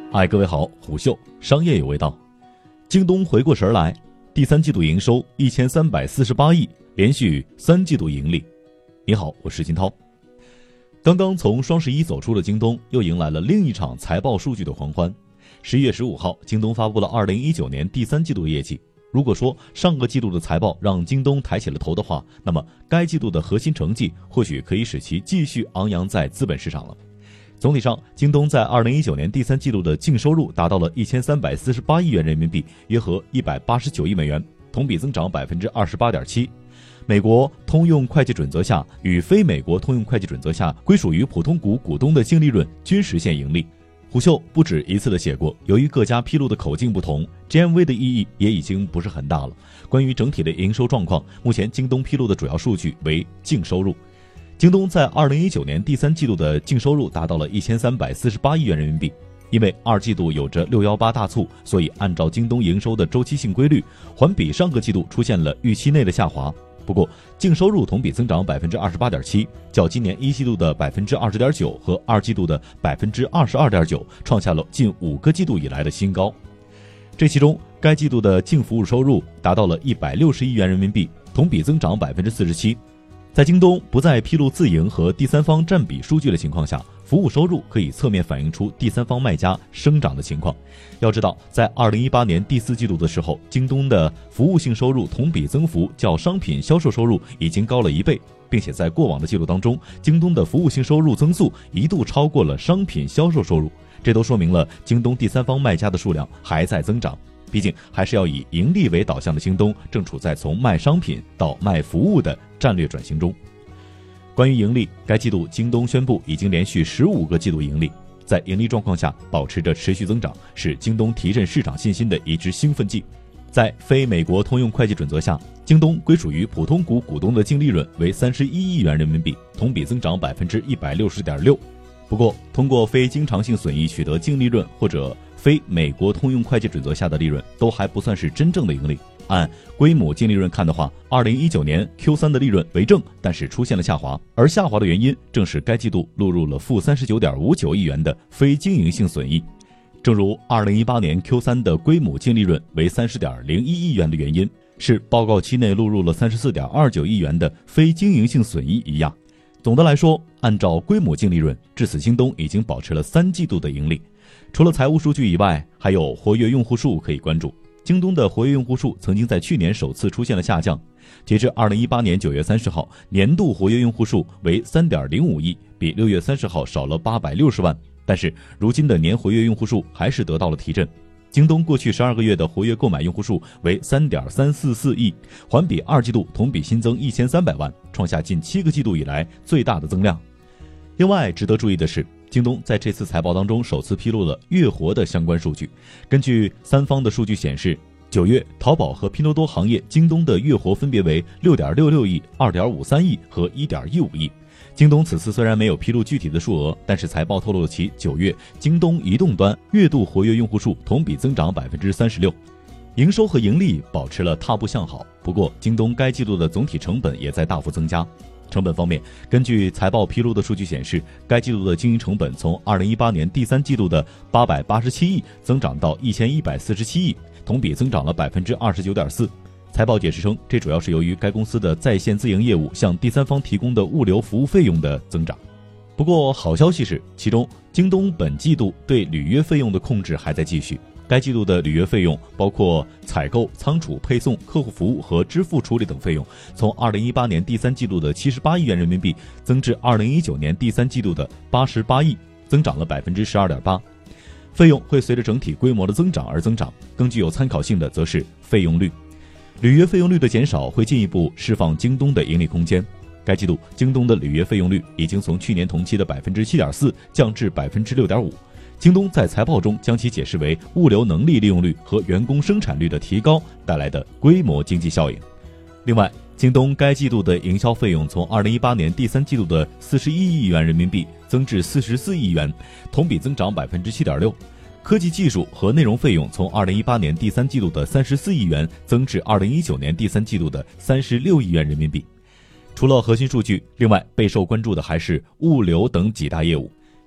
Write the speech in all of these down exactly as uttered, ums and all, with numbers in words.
嗨，各位好，虎嗅商业有味道。京东回过神来，第三季度营收一千三百四十八亿，连续三季度盈利。你好，我是金涛。刚刚从双十一走出的京东，又迎来了另一场财报数据的狂欢。十一月十五号，京东发布了二零一九年第三季度的业绩。如果说上个季度的财报让京东抬起了头的话，那么该季度的核心成绩或许可以使其继续昂扬在资本市场了。总体上，京东在二零一九年第三季度的净收入达到了一千三百四十八亿元人民币，约合一百八十九亿美元，同比增长百分之二十八点七。美国通用会计准则下与非美国通用会计准则下归属于普通股股东的净利润均实现盈利。虎嗅不止一次的写过，由于各家披露的口径不同 ，G M V 的意义也已经不是很大了。关于整体的营收状况，目前京东披露的主要数据为净收入。京东在二零一九年第三季度的净收入达到了一千三百四十八亿元人民币。因为二季度有着六一八大促，所以按照京东营收的周期性规律，环比上个季度出现了预期内的下滑。不过，净收入同比增长百分之二十八点七，较今年一季度的百分之二十点九和二季度的百分之二十二点九，创下了近五个季度以来的新高。这其中，该季度的净服务收入达到了一百六十亿元人民币，同比增长百分之四十七。在京东不再披露自营和第三方占比数据的情况下，服务收入可以侧面反映出第三方卖家生长的情况。要知道，在二零一八年第四季度的时候，京东的服务性收入同比增幅较商品销售收入已经高了一倍，并且在过往的记录当中，京东的服务性收入增速一度超过了商品销售收入，这都说明了京东第三方卖家的数量还在增长。毕竟还是要以盈利为导向的京东，正处在从卖商品到卖服务的战略转型中。关于盈利，该季度京东宣布已经连续十五个季度盈利，在盈利状况下保持着持续增长，是京东提振市场信心的一支兴奋剂。在非美国通用会计准则下，京东归属于普通股股东的净利润为三十一亿元人民币，同比增长百分之一百六十点六。不过，通过非经常性损益取得净利润或者非美国通用会计准则下的利润，都还不算是真正的盈利。按规模净利润看的话，二零一九年 Q 三 的利润为正，但是出现了下滑，而下滑的原因正是该季度录入了负三十九点五九亿元的非经营性损益。正如二零一八年 Q 三 的规模净利润为三十点零一亿元的原因是报告期内录入了三十四点二九亿元的非经营性损益一样。总的来说，按照规模净利润，至此京东已经保持了三季度的盈利。除了财务数据以外，还有活跃用户数可以关注。京东的活跃用户数曾经在去年首次出现了下降，截至二零一八年九月三十号，年度活跃用户数为 三点零五亿，比六月三十号少了八百六十万。但是如今的年活跃用户数还是得到了提振。京东过去十二个月的活跃购买用户数为 三点三四四亿，环比二季度同比新增一千三百万，创下近七个季度以来最大的增量。另外值得注意的是，京东在这次财报当中首次披露了月活的相关数据。根据三方的数据显示，九月淘宝和拼多多行业京东的月活分别为 六点六六亿、二点五三亿和 一点一五亿。京东此次虽然没有披露具体的数额，但是财报透露了其九月京东移动端月度活跃用户数同比增长百分之三十六，营收和盈利保持了踏步向好。不过，京东该季度的总体成本也在大幅增加。成本方面，根据财报披露的数据显示，该季度的经营成本从二零一八年第三季度的八百八十七亿增长到一千一百四十七亿，同比增长了百分之二十九点四。财报解释称，这主要是由于该公司的在线自营业务向第三方提供的物流服务费用的增长。不过好消息是，其中京东本季度对履约费用的控制还在继续。该季度的履约费用包括采购、仓储、配送、客户服务和支付处理等费用，从二零一八年第三季度的七十八亿元人民币增至二零一九年第三季度的八十八亿，增长了百分之十二点八。费用会随着整体规模的增长而增长，更具有参考性的则是费用率。履约费用率的减少会进一步释放京东的盈利空间。该季度京东的履约费用率已经从去年同期的百分之七点四降至百分之六点五。京东在财报中将其解释为物流能力利用率和员工生产率的提高带来的规模经济效应。另外，京东该季度的营销费用从二零一八年第三季度的四十一亿元人民币增至四十四亿元，同比增长百分之七点六。科技技术和内容费用从二零一八年第三季度的三十四亿元增至二零一九年第三季度的三十六亿元人民币。除了核心数据，另外备受关注的还是物流等几大业务。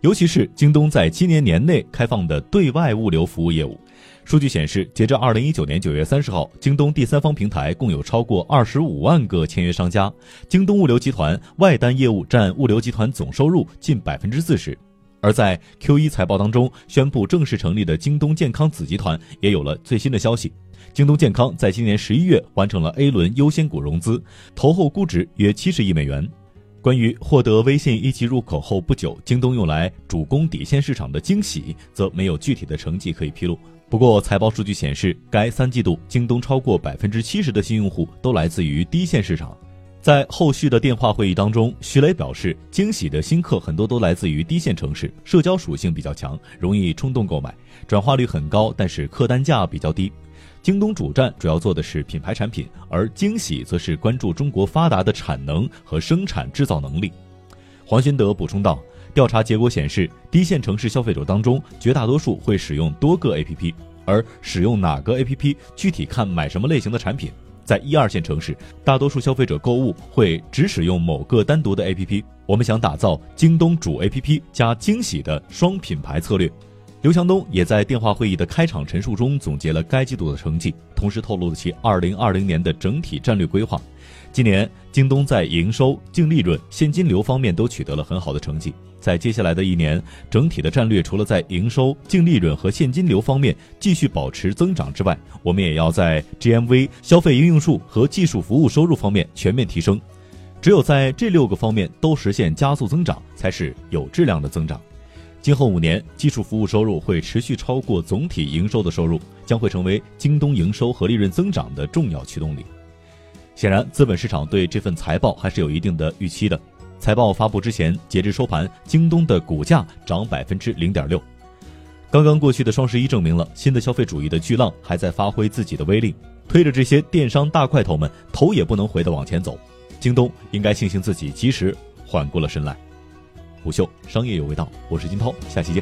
尤其是京东在今年年内开放的对外物流服务业务。数据显示，截至二零一九年九月三十号，京东第三方平台共有超过二十五万个签约商家，京东物流集团外单业务占物流集团总收入近百分之四十。而在 Q 一 财报当中，宣布正式成立的京东健康子集团也有了最新的消息。京东健康在今年十一月完成了 A 轮优先股融资，投后估值约七十亿美元。关于获得微信一级入口后不久，京东用来主攻底线市场的惊喜，则没有具体的成绩可以披露。不过财报数据显示，该三季度京东超过百分之七十的新用户都来自于低线市场。在后续的电话会议当中，徐雷表示，惊喜的新客很多都来自于低线城市，社交属性比较强，容易冲动购买，转化率很高，但是客单价比较低。京东主站主要做的是品牌产品，而惊喜则是关注中国发达的产能和生产制造能力。黄宣德补充道，调查结果显示，低线城市消费者当中，绝大多数会使用多个 A P P， 而使用哪个 A P P 具体看买什么类型的产品。在一二线城市，大多数消费者购物会只使用某个单独的 A P P。我们想打造京东主 A P P 加惊喜的双品牌策略。刘强东也在电话会议的开场陈述中总结了该季度的成绩，同时透露了其二零二零年的整体战略规划。今年，京东在营收、净利润、现金流方面都取得了很好的成绩。在接下来的一年，整体的战略除了在营收、净利润和现金流方面继续保持增长之外，我们也要在 G M V、消费应用数和技术服务收入方面全面提升。只有在这六个方面都实现加速增长，才是有质量的增长。今后五年，技术服务收入会持续超过总体营收的收入，将会成为京东营收和利润增长的重要驱动力。显然，资本市场对这份财报还是有一定的预期的。财报发布之前，截至收盘，京东的股价涨 百分之零点六。刚刚过去的双十一证明了新的消费主义的巨浪还在发挥自己的威力，推着这些电商大块头们头也不能回地往前走。京东应该庆幸自己及时缓过了神来。虎嗅商业有味道，我是金涛，下期见。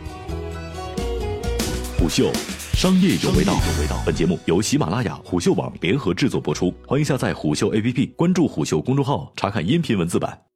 虎嗅商业有味道，本节目由喜马拉雅、虎嗅网联合制作播出，欢迎下载虎嗅 A P P， 关注虎嗅公众号，查看音频文字版。